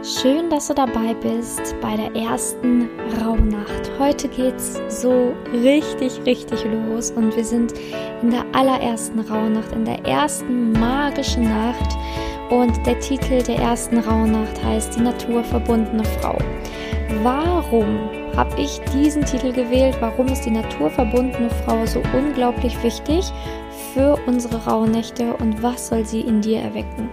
Schön, dass du dabei bist bei der ersten Rauhnacht. Heute geht's so richtig los und wir sind in der allerersten Rauhnacht, in der ersten magischen Nacht, und der Titel der ersten Rauhnacht heißt Die naturverbundene Frau. Warum habe ich diesen Titel gewählt? Warum ist die naturverbundene Frau so unglaublich wichtig für unsere Rauhnächte und was soll sie in dir erwecken?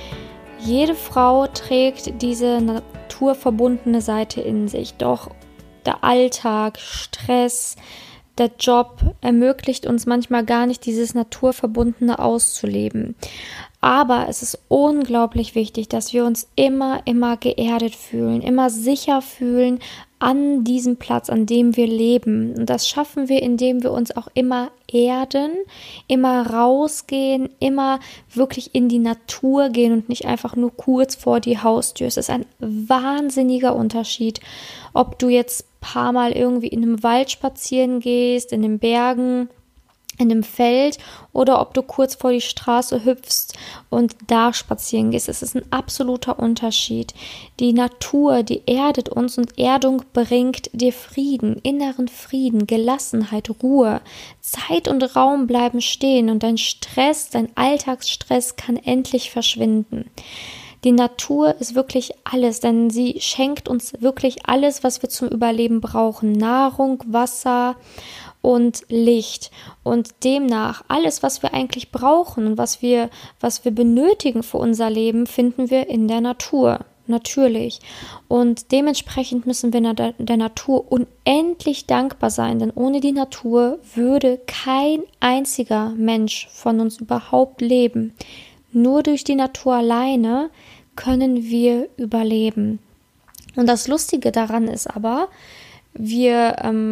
Jede Frau trägt diese naturverbundene Seite in sich, doch der Alltag, Stress, der Job ermöglicht uns manchmal gar nicht, dieses Naturverbundene auszuleben. Aber es ist unglaublich wichtig, dass wir uns immer geerdet fühlen, immer sicher fühlen an diesem Platz, an dem wir leben. Und das schaffen wir, indem wir uns auch immer erden, immer rausgehen, immer wirklich in die Natur gehen und nicht einfach nur kurz vor die Haustür. Es ist ein wahnsinniger Unterschied, ob du jetzt ein paar Mal irgendwie in einem Wald spazieren gehst, in den Bergen, in einem Feld, oder ob du kurz vor die Straße hüpfst und da spazieren gehst. Es ist ein absoluter Unterschied. Die Natur, die erdet uns, und Erdung bringt dir Frieden, inneren Frieden, Gelassenheit, Ruhe. Zeit und Raum bleiben stehen und dein Stress, dein Alltagsstress kann endlich verschwinden. Die Natur ist wirklich alles, denn sie schenkt uns wirklich alles, was wir zum Überleben brauchen. Nahrung, Wasser und Licht, und demnach alles, was wir eigentlich brauchen und was wir benötigen für unser Leben, finden wir in der Natur, natürlich. Und dementsprechend müssen wir der Natur unendlich dankbar sein, denn ohne die Natur würde kein einziger Mensch von uns überhaupt leben. Nur durch die Natur alleine können wir überleben. Und das Lustige daran ist aber, wir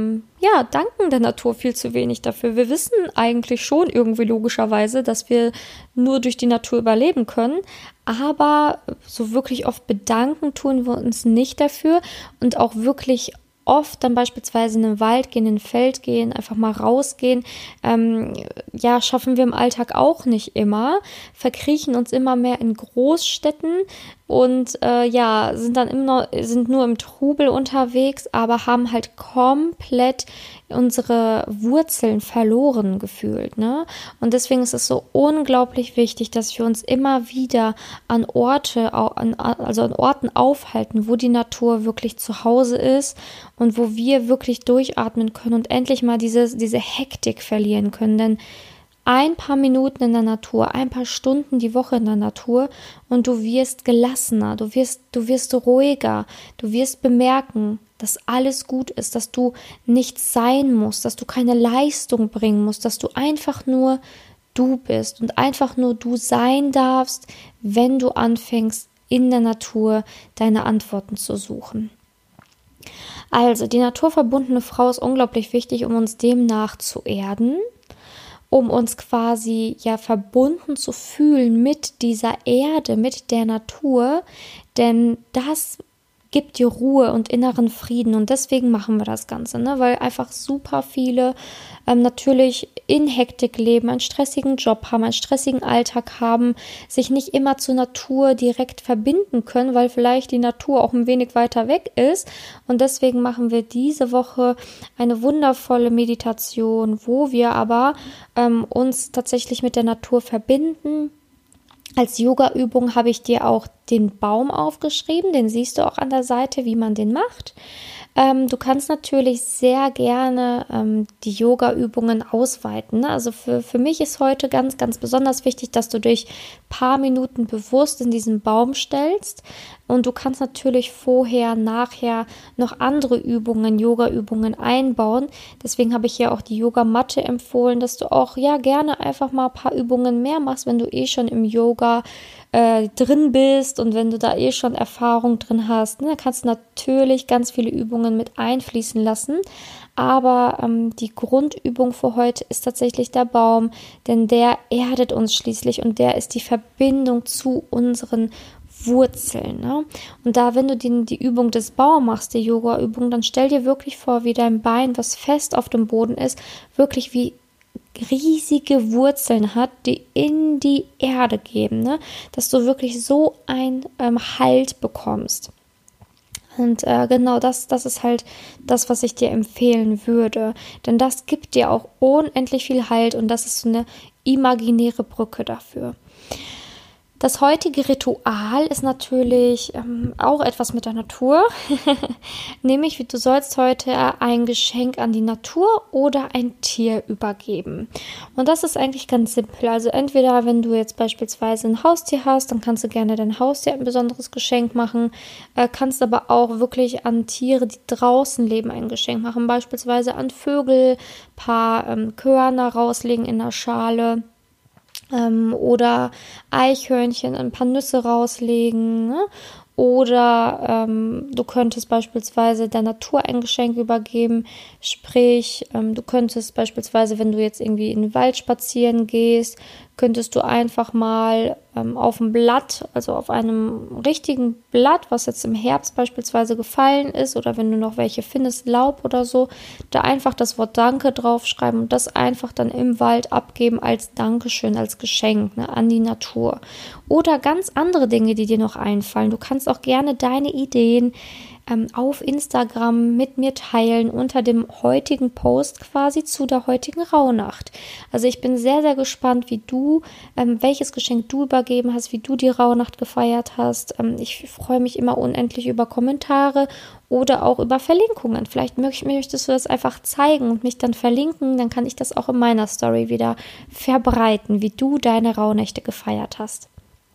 danken der Natur viel zu wenig dafür. Wir wissen eigentlich schon irgendwie logischerweise, dass wir nur durch die Natur überleben können, aber so wirklich oft bedanken tun wir uns nicht dafür, und auch wirklich oft dann beispielsweise in den Wald gehen, in ein Feld gehen, einfach mal rausgehen, schaffen wir im Alltag auch nicht immer, verkriechen uns immer mehr in Großstädten und sind nur im Trubel unterwegs, aber haben halt komplett unsere Wurzeln verloren gefühlt, ne? Und deswegen ist es so unglaublich wichtig, dass wir uns immer wieder an Orten aufhalten, wo die Natur wirklich zu Hause ist und wo wir wirklich durchatmen können und endlich mal diese Hektik verlieren können, denn ein paar Minuten in der Natur, ein paar Stunden die Woche in der Natur und du wirst gelassener, du wirst ruhiger, du wirst bemerken, dass alles gut ist, dass du nichts sein musst, dass du keine Leistung bringen musst, dass du einfach nur du bist und einfach nur du sein darfst, wenn du anfängst, in der Natur deine Antworten zu suchen. Also, die naturverbundene Frau ist unglaublich wichtig, um uns demnach zu erden, um uns quasi verbunden zu fühlen mit dieser Erde, mit der Natur, denn das gibt dir Ruhe und inneren Frieden, und deswegen machen wir das Ganze, ne? Weil einfach super viele natürlich in Hektik leben, einen stressigen Job haben, einen stressigen Alltag haben, sich nicht immer zur Natur direkt verbinden können, weil vielleicht die Natur auch ein wenig weiter weg ist, und deswegen machen wir diese Woche eine wundervolle Meditation, wo wir aber uns tatsächlich mit der Natur verbinden. Als Yoga-Übung habe ich dir auch den Baum aufgeschrieben, den siehst du auch an der Seite, wie man den macht. Du kannst natürlich sehr gerne die Yoga-Übungen ausweiten, ne? Also für mich ist heute ganz besonders wichtig, dass du dich ein paar Minuten bewusst in diesen Baum stellst, und du kannst natürlich vorher, nachher noch andere Übungen, Yoga-Übungen einbauen. Deswegen habe ich ja auch die Yogamatte empfohlen, dass du auch gerne einfach mal ein paar Übungen mehr machst, wenn du schon im Yoga drin bist und wenn du da schon Erfahrung drin hast, ne, dann kannst du natürlich ganz viele Übungen mit einfließen lassen, aber die Grundübung für heute ist tatsächlich der Baum, denn der erdet uns schließlich und der ist die Verbindung zu unseren Wurzeln, ne? Und da, wenn du die Übung des Baums machst, die Yoga-Übung, dann stell dir wirklich vor, wie dein Bein, was fest auf dem Boden ist, wirklich wie riesige Wurzeln hat, die in die Erde gehen, ne? Dass du wirklich so ein Halt bekommst. Und genau das ist halt das, was ich dir empfehlen würde. Denn das gibt dir auch unendlich viel Halt und das ist so eine imaginäre Brücke dafür. Das heutige Ritual ist natürlich auch etwas mit der Natur, nämlich du sollst heute ein Geschenk an die Natur oder ein Tier übergeben. Und das ist eigentlich ganz simpel. Also entweder, wenn du jetzt beispielsweise ein Haustier hast, dann kannst du gerne dein Haustier ein besonderes Geschenk machen, kannst aber auch wirklich an Tiere, die draußen leben, ein Geschenk machen, beispielsweise an Vögel, paar Körner rauslegen in der Schale. Oder Eichhörnchen ein paar Nüsse rauslegen, ne? Oder du könntest beispielsweise der Natur ein Geschenk übergeben, sprich, du könntest beispielsweise, wenn du jetzt irgendwie in den Wald spazieren gehst, könntest du einfach mal auf ein Blatt, also auf einem richtigen Blatt, was jetzt im Herbst beispielsweise gefallen ist, oder wenn du noch welche findest, Laub oder so, da einfach das Wort Danke draufschreiben und das einfach dann im Wald abgeben als Dankeschön, als Geschenk, ne, an die Natur. Oder ganz andere Dinge, die dir noch einfallen. Du kannst auch gerne deine Ideen auf Instagram mit mir teilen unter dem heutigen Post quasi zu der heutigen Rauhnacht. Also ich bin sehr, sehr gespannt, wie du, welches Geschenk du übergeben hast, wie du die Rauhnacht gefeiert hast. Ich freue mich immer unendlich über Kommentare oder auch über Verlinkungen. Vielleicht möchtest du das einfach zeigen und mich dann verlinken, dann kann ich das auch in meiner Story wieder verbreiten, wie du deine Rauhnächte gefeiert hast.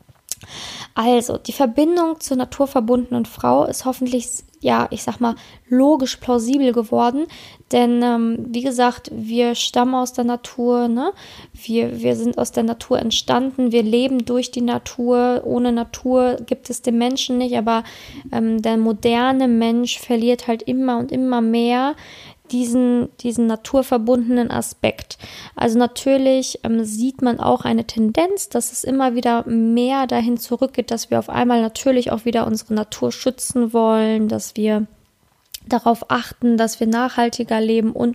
Also, die Verbindung zur naturverbundenen Frau ist hoffentlich, ja, ich sag mal, logisch plausibel geworden, denn wie gesagt, wir stammen aus der Natur, ne? Wir sind aus der Natur entstanden, wir leben durch die Natur, ohne Natur gibt es den Menschen nicht, aber der moderne Mensch verliert halt immer und immer mehr diesen naturverbundenen Aspekt. Also natürlich sieht man auch eine Tendenz, dass es immer wieder mehr dahin zurückgeht, dass wir auf einmal natürlich auch wieder unsere Natur schützen wollen, dass wir darauf achten, dass wir nachhaltiger leben und.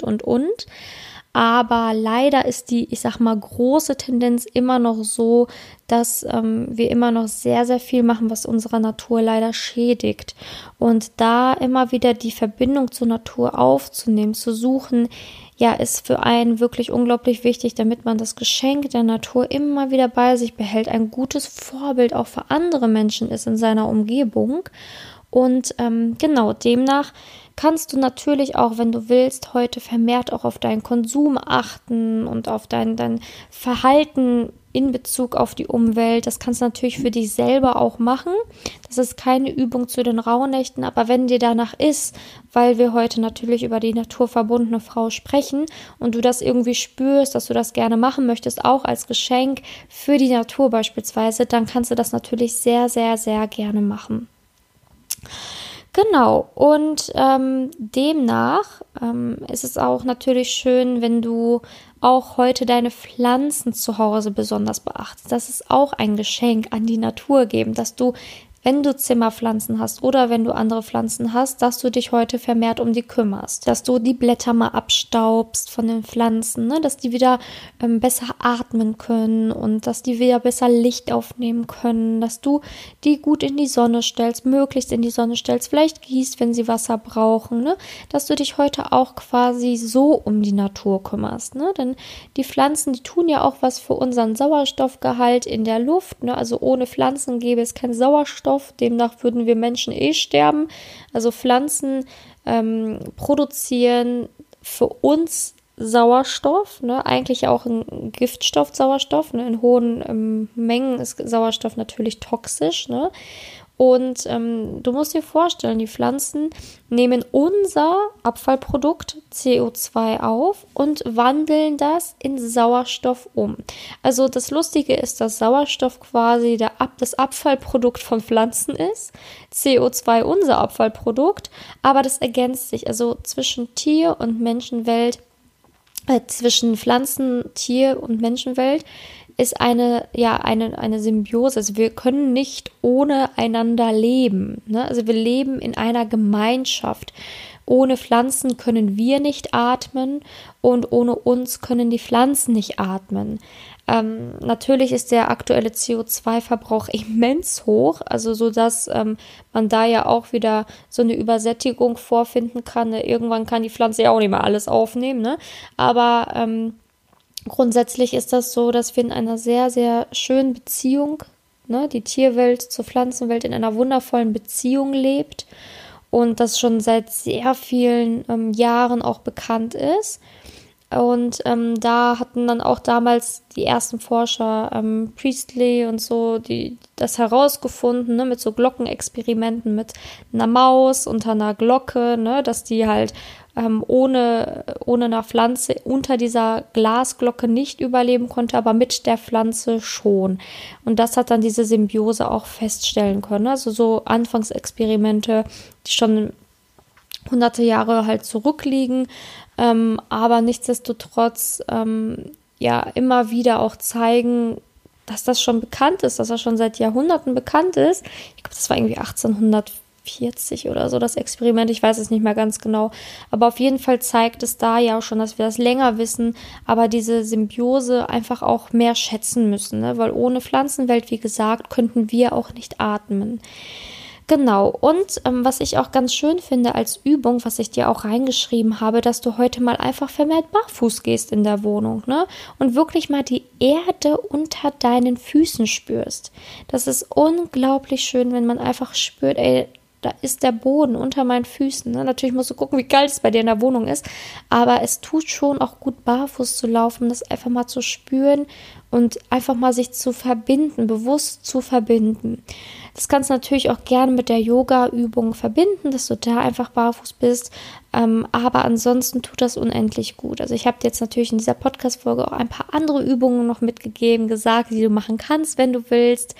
Aber leider ist die, ich sag mal, große Tendenz immer noch so, dass wir immer noch sehr, sehr viel machen, was unsere Natur leider schädigt. Und da immer wieder die Verbindung zur Natur aufzunehmen, zu suchen, ja, ist für einen wirklich unglaublich wichtig, damit man das Geschenk der Natur immer wieder bei sich behält, ein gutes Vorbild auch für andere Menschen ist in seiner Umgebung. Und genau, demnach kannst du natürlich auch, wenn du willst, heute vermehrt auch auf deinen Konsum achten und auf dein Verhalten in Bezug auf die Umwelt. Das kannst du natürlich für dich selber auch machen. Das ist keine Übung zu den Rauhnächten, aber wenn dir danach ist, weil wir heute natürlich über die naturverbundene Frau sprechen und du das irgendwie spürst, dass du das gerne machen möchtest, auch als Geschenk für die Natur beispielsweise, dann kannst du das natürlich sehr, sehr, sehr gerne machen. Genau, und demnach ist es auch natürlich schön, wenn du auch heute deine Pflanzen zu Hause besonders beachtest. Das ist auch ein Geschenk an die Natur geben, dass du, wenn du Zimmerpflanzen hast oder wenn du andere Pflanzen hast, dass du dich heute vermehrt um die kümmerst, dass du die Blätter mal abstaubst von den Pflanzen, ne? Dass die wieder besser atmen können und dass die wieder besser Licht aufnehmen können, dass du die gut in die Sonne stellst, möglichst in die Sonne stellst, vielleicht gießt, wenn sie Wasser brauchen, ne? Dass du dich heute auch quasi so um die Natur kümmerst, ne? Denn die Pflanzen, die tun ja auch was für unseren Sauerstoffgehalt in der Luft, ne? Also ohne Pflanzen gäbe es keinen Sauerstoff. Demnach würden wir Menschen sterben. Also Pflanzen produzieren für uns Sauerstoff, ne? Eigentlich auch ein Giftstoff Sauerstoff, ne? In hohen Mengen ist Sauerstoff natürlich toxisch, ne? Und du musst dir vorstellen, die Pflanzen nehmen unser Abfallprodukt CO2 auf und wandeln das in Sauerstoff um. Also das Lustige ist, dass Sauerstoff quasi das Abfallprodukt von Pflanzen ist, CO2 unser Abfallprodukt, aber das ergänzt sich. Also zwischen Tier- und Menschenwelt, zwischen Pflanzen, Tier- und Menschenwelt ist eine Symbiose. Also wir können nicht ohne einander leben, ne? Also wir leben in einer Gemeinschaft. ohne Pflanzen können wir nicht atmen und ohne uns können die Pflanzen nicht atmen. Natürlich ist der aktuelle CO2-Verbrauch immens hoch, also so dass man da ja auch wieder so eine Übersättigung vorfinden kann. Irgendwann kann die Pflanze ja auch nicht mehr alles aufnehmen, ne? Aber grundsätzlich ist das so, dass wir in einer sehr, sehr schönen Beziehung, ne, die Tierwelt zur Pflanzenwelt in einer wundervollen Beziehung lebt und das schon seit sehr vielen Jahren auch bekannt ist. Und da hatten dann auch damals die ersten Forscher, Priestley und so, das herausgefunden, ne, mit so Glockenexperimenten mit einer Maus unter einer Glocke, ne, dass die halt ohne einer Pflanze unter dieser Glasglocke nicht überleben konnte, aber mit der Pflanze schon. Und das hat dann diese Symbiose auch feststellen können. Also so Anfangsexperimente, die schon hunderte Jahre halt zurückliegen, aber nichtsdestotrotz immer wieder auch zeigen, dass das schon bekannt ist, dass das schon seit Jahrhunderten bekannt ist. Ich glaube, das war irgendwie 1840 oder so, das Experiment, ich weiß es nicht mehr ganz genau, aber auf jeden Fall zeigt es da ja auch schon, dass wir das länger wissen, aber diese Symbiose einfach auch mehr schätzen müssen, ne? Weil ohne Pflanzenwelt, wie gesagt, könnten wir auch nicht atmen. Genau, und was ich auch ganz schön finde als Übung, was ich dir auch reingeschrieben habe, dass du heute mal einfach vermehrt barfuß gehst in der Wohnung, ne? Und wirklich mal die Erde unter deinen Füßen spürst. Das ist unglaublich schön, wenn man einfach spürt, ey, da ist der Boden unter meinen Füßen. Ne? Natürlich musst du gucken, wie kalt es bei dir in der Wohnung ist, aber es tut schon auch gut, barfuß zu laufen, das einfach mal zu spüren und einfach mal sich zu verbinden, bewusst zu verbinden. Das kannst du natürlich auch gerne mit der Yoga-Übung verbinden, dass du da einfach barfuß bist, aber ansonsten tut das unendlich gut. Also ich habe dir jetzt natürlich in dieser Podcast-Folge auch ein paar andere Übungen noch mitgegeben, gesagt, die du machen kannst, wenn du willst.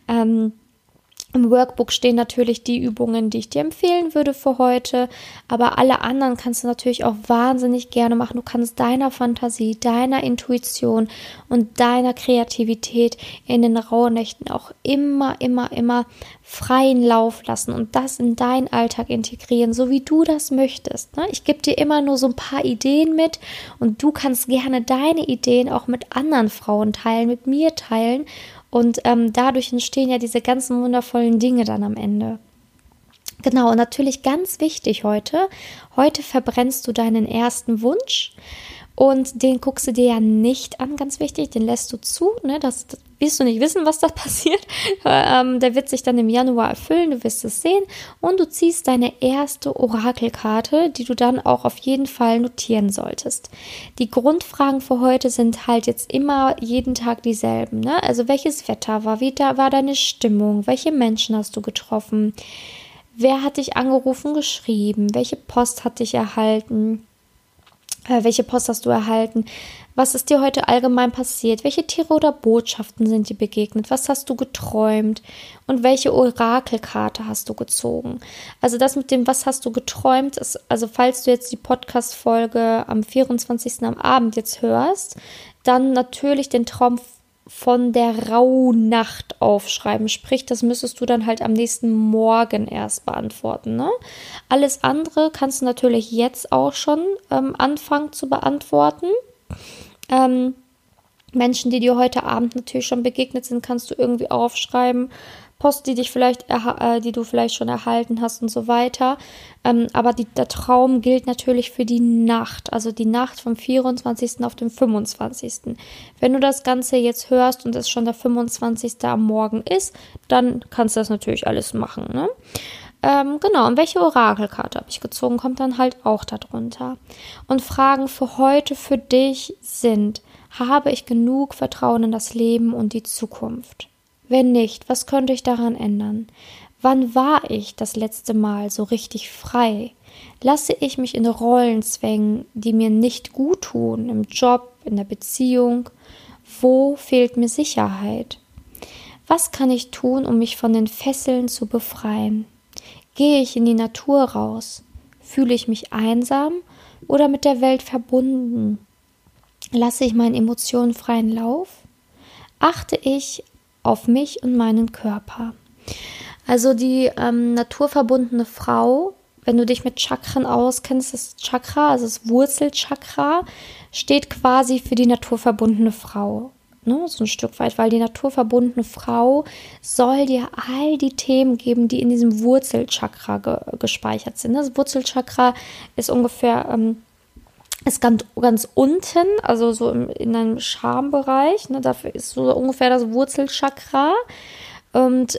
Im Workbook stehen natürlich die Übungen, die ich dir empfehlen würde für heute, aber alle anderen kannst du natürlich auch wahnsinnig gerne machen. Du kannst deiner Fantasie, deiner Intuition und deiner Kreativität in den Rauhnächten auch immer freien Lauf lassen und das in deinen Alltag integrieren, so wie du das möchtest. Ne? Ich gebe dir immer nur so ein paar Ideen mit und du kannst gerne deine Ideen auch mit anderen Frauen teilen, mit mir teilen. Und dadurch entstehen ja diese ganzen wundervollen Dinge dann am Ende. Genau, und natürlich ganz wichtig heute verbrennst du deinen ersten Wunsch und den guckst du dir ja nicht an, ganz wichtig, den lässt du zu, ne? Das wirst du nicht wissen, was da passiert. Der wird sich dann im Januar erfüllen, du wirst es sehen und du ziehst deine erste Orakelkarte, die du dann auch auf jeden Fall notieren solltest. Die Grundfragen für heute sind halt jetzt immer jeden Tag dieselben, ne? Also welches Wetter war, war deine Stimmung, welche Menschen hast du getroffen, wer hat dich angerufen, geschrieben, welche Post hat dich erhalten, welche Post hast du erhalten? Was ist dir heute allgemein passiert? Welche Tiere oder Botschaften sind dir begegnet? Was hast du geträumt? Und welche Orakelkarte hast du gezogen? Also das mit dem, was hast du geträumt, ist, also falls du jetzt die Podcast-Folge am 24. am Abend jetzt hörst, dann natürlich den Traum von der Rauhnacht aufschreiben. Sprich, das müsstest du dann halt am nächsten Morgen erst beantworten. Ne? Alles andere kannst du natürlich jetzt auch schon anfangen zu beantworten. Menschen, die dir heute Abend natürlich schon begegnet sind, kannst du irgendwie aufschreiben. Post, die du vielleicht schon erhalten hast und so weiter. Aber der Traum gilt natürlich für die Nacht, also die Nacht vom 24. auf den 25. Wenn du das Ganze jetzt hörst und es schon der 25. am Morgen ist, dann kannst du das natürlich alles machen, ne? Genau, und welche Orakelkarte habe ich gezogen, kommt dann halt auch darunter. Und Fragen für heute für dich sind: Habe ich genug Vertrauen in das Leben und die Zukunft? Wenn nicht, was könnte ich daran ändern? Wann war ich das letzte Mal so richtig frei? Lasse ich mich in Rollen zwängen, die mir nicht gut tun, im Job, in der Beziehung? Wo fehlt mir Sicherheit? Was kann ich tun, um mich von den Fesseln zu befreien? Gehe ich in die Natur raus? Fühle ich mich einsam oder mit der Welt verbunden? Lasse ich meinen Emotionen freien Lauf? Achte ich auf mich und meinen Körper? Also die naturverbundene Frau wenn du dich mit Chakren auskennst, das Chakra, also das Wurzelchakra, steht quasi für die naturverbundene Frau. Ne, so ein Stück weit, weil die naturverbundene Frau soll dir all die Themen geben, die in diesem Wurzelchakra gespeichert sind. Das Wurzelchakra ist ungefähr, ist ganz unten, also so in einem Schambereich, ne, dafür ist so ungefähr das Wurzelchakra. Und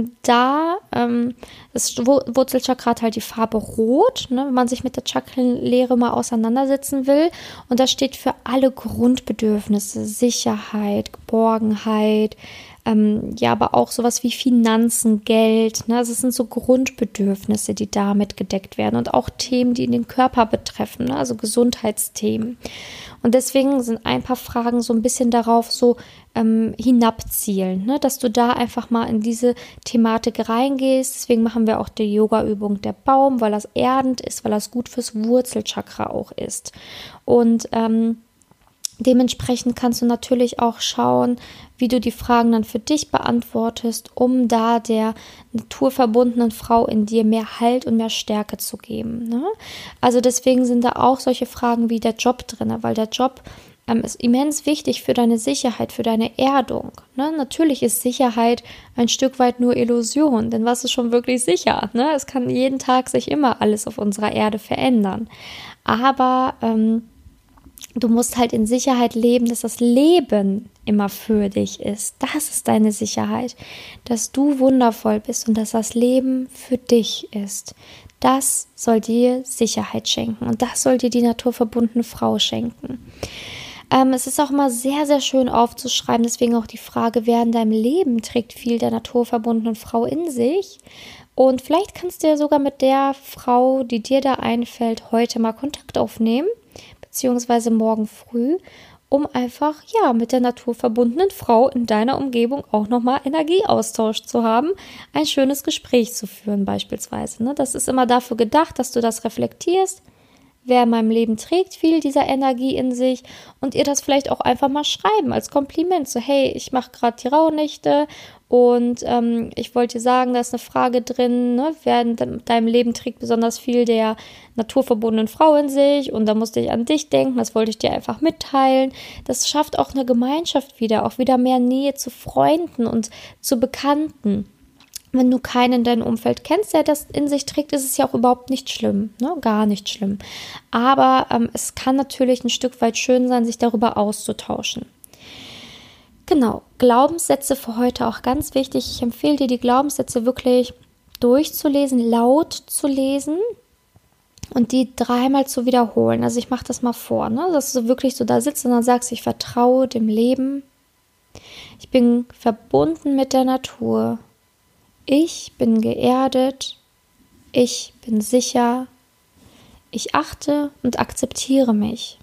das Wurzelchakra hat halt die Farbe Rot, ne, wenn man sich mit der Chakrenlehre mal auseinandersetzen will. Und das steht für alle Grundbedürfnisse, Sicherheit, Geborgenheit, aber auch sowas wie Finanzen, Geld. Ne, also es sind so Grundbedürfnisse, die damit gedeckt werden. Und auch Themen, die den Körper betreffen, ne, also Gesundheitsthemen. Und deswegen sind ein paar Fragen so ein bisschen darauf so hinabzielen, ne? Dass du da einfach mal in diese Thematik reingehst. Deswegen machen wir auch die Yoga-Übung der Baum, weil das erdend ist, weil das gut fürs Wurzelchakra auch ist. Und dementsprechend kannst du natürlich auch schauen, wie du die Fragen dann für dich beantwortest, um da der naturverbundenen Frau in dir mehr Halt und mehr Stärke zu geben. Ne? Also deswegen sind da auch solche Fragen wie der Job drin, weil der Job ist immens wichtig für deine Sicherheit, für deine Erdung. Ne? Natürlich ist Sicherheit ein Stück weit nur Illusion, denn was ist schon wirklich sicher? Ne? Es kann jeden Tag sich immer alles auf unserer Erde verändern. Aber du musst halt in Sicherheit leben, dass das Leben immer für dich ist. Das ist deine Sicherheit, dass du wundervoll bist und dass das Leben für dich ist. Das soll dir Sicherheit schenken und das soll dir die naturverbundene Frau schenken. Es ist auch immer sehr, sehr schön aufzuschreiben, deswegen auch die Frage, wer in deinem Leben trägt viel der naturverbundenen Frau in sich. Und vielleicht kannst du ja sogar mit der Frau, die dir da einfällt, heute mal Kontakt aufnehmen, beziehungsweise morgen früh, um einfach, mit der naturverbundenen Frau in deiner Umgebung auch nochmal Energieaustausch zu haben, ein schönes Gespräch zu führen beispielsweise. Ne? Das ist immer dafür gedacht, dass du das reflektierst, wer in meinem Leben trägt viel dieser Energie in sich und ihr das vielleicht auch einfach mal schreiben als Kompliment. So, hey, ich mache gerade die Rauhnächte und ich wollte dir sagen, da ist eine Frage drin, ne? Wer in deinem Leben trägt besonders viel der naturverbundenen Frau in sich und da musste ich an dich denken, das wollte ich dir einfach mitteilen. Das schafft auch eine Gemeinschaft wieder, auch wieder mehr Nähe zu Freunden und zu Bekannten. Wenn du keinen in deinem Umfeld kennst, der das in sich trägt, ist es ja auch überhaupt nicht schlimm, ne? Gar nicht schlimm. Aber es kann natürlich ein Stück weit schön sein, sich darüber auszutauschen. Genau, Glaubenssätze für heute auch ganz wichtig. Ich empfehle dir, die Glaubenssätze wirklich durchzulesen, laut zu lesen und die 3-mal zu wiederholen. Also ich mache das mal vor, ne? Dass du wirklich so da sitzt und dann sagst, ich vertraue dem Leben, ich bin verbunden mit der Natur, ich bin geerdet, ich bin sicher, ich achte und akzeptiere mich.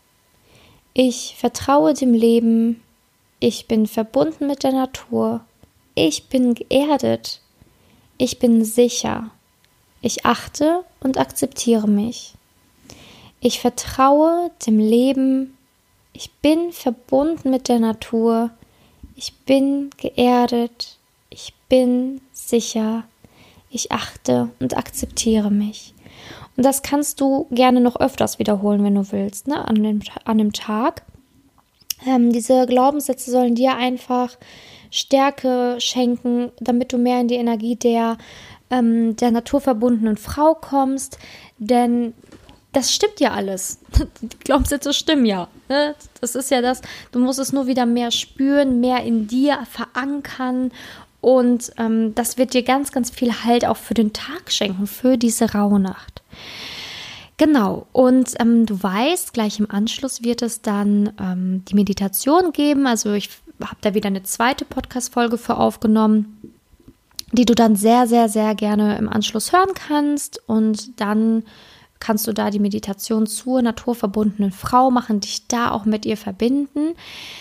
Ich vertraue dem Leben, ich bin verbunden mit der Natur, ich bin geerdet, ich bin sicher, ich achte und akzeptiere mich. Ich vertraue dem Leben, ich bin verbunden mit der Natur, ich bin geerdet, ich bin sicher, ich achte und akzeptiere mich. Und das kannst du gerne noch öfters wiederholen, wenn du willst, ne? An dem Tag. Diese Glaubenssätze sollen dir einfach Stärke schenken, damit du mehr in die Energie der naturverbundenen Frau kommst. Denn das stimmt ja alles. Die Glaubenssätze stimmen ja. Ne? Das ist ja das, du musst es nur wieder mehr spüren, mehr in dir verankern. Und das wird dir ganz, ganz viel Halt auch für den Tag schenken, für diese Rauhnacht. Genau, und du weißt, gleich im Anschluss wird es dann die Meditation geben. Also ich habe da wieder eine zweite Podcast-Folge für aufgenommen, die du dann sehr, sehr, sehr gerne im Anschluss hören kannst. Und dann kannst du da die Meditation zur naturverbundenen Frau machen, dich da auch mit ihr verbinden.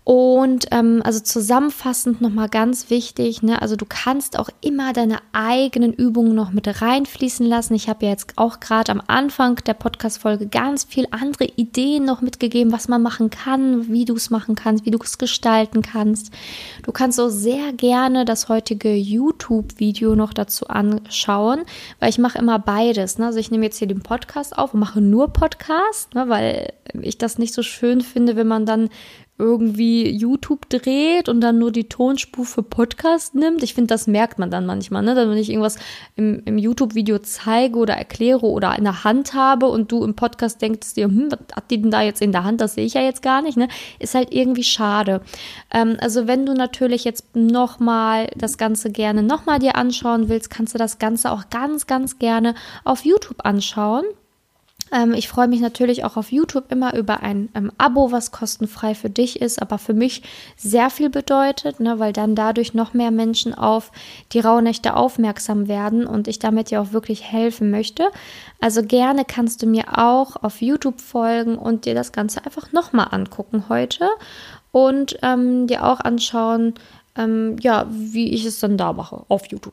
Und also zusammenfassend nochmal ganz wichtig, ne? Also du kannst auch immer deine eigenen Übungen noch mit reinfließen lassen. Ich habe ja jetzt auch gerade am Anfang der Podcast-Folge ganz viel andere Ideen noch mitgegeben, was man machen kann, wie du es machen kannst, wie du es gestalten kannst. Du kannst so sehr gerne das heutige YouTube-Video noch dazu anschauen, weil ich mache immer beides. Ne? Also ich nehme jetzt hier den Podcast auf und mache nur Podcast, ne? Weil ich das nicht so schön finde, wenn man dann irgendwie YouTube dreht und dann nur die Tonspur für Podcast nimmt. Ich finde, das merkt man dann manchmal, ne? Wenn ich irgendwas im YouTube-Video zeige oder erkläre oder in der Hand habe und du im Podcast denkst dir, was hat die denn da jetzt in der Hand? Das sehe ich ja jetzt gar nicht, ne? Ist halt irgendwie schade. Also wenn du natürlich jetzt nochmal das Ganze gerne nochmal dir anschauen willst, kannst du das Ganze auch ganz, ganz gerne auf YouTube anschauen. Ich freue mich natürlich auch auf YouTube immer über ein Abo, was kostenfrei für dich ist, aber für mich sehr viel bedeutet, ne, weil dann dadurch noch mehr Menschen auf die Rauhnächte aufmerksam werden und ich damit ja auch wirklich helfen möchte. Also gerne kannst du mir auch auf YouTube folgen und dir das Ganze einfach nochmal angucken heute und dir auch anschauen, wie ich es dann da mache auf YouTube.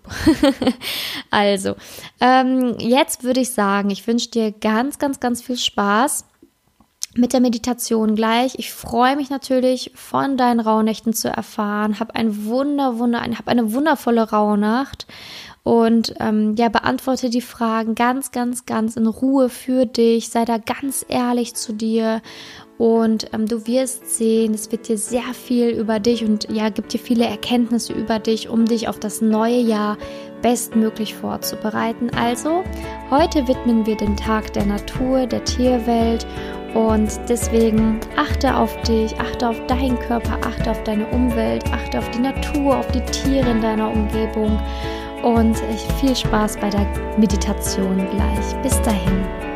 Also, jetzt würde ich sagen, ich wünsche dir ganz, ganz, ganz viel Spaß mit der Meditation gleich. Ich freue mich natürlich, von deinen Rauhnächten zu erfahren. Hab eine wundervolle Rauhnacht und beantworte die Fragen ganz, ganz, ganz in Ruhe für dich. Sei da ganz ehrlich zu dir. Und du wirst sehen, es wird dir sehr viel über dich und gibt dir viele Erkenntnisse über dich, um dich auf das neue Jahr bestmöglich vorzubereiten. Also, heute widmen wir den Tag der Natur, der Tierwelt und deswegen achte auf dich, achte auf deinen Körper, achte auf deine Umwelt, achte auf die Natur, auf die Tiere in deiner Umgebung und viel Spaß bei der Meditation gleich. Bis dahin.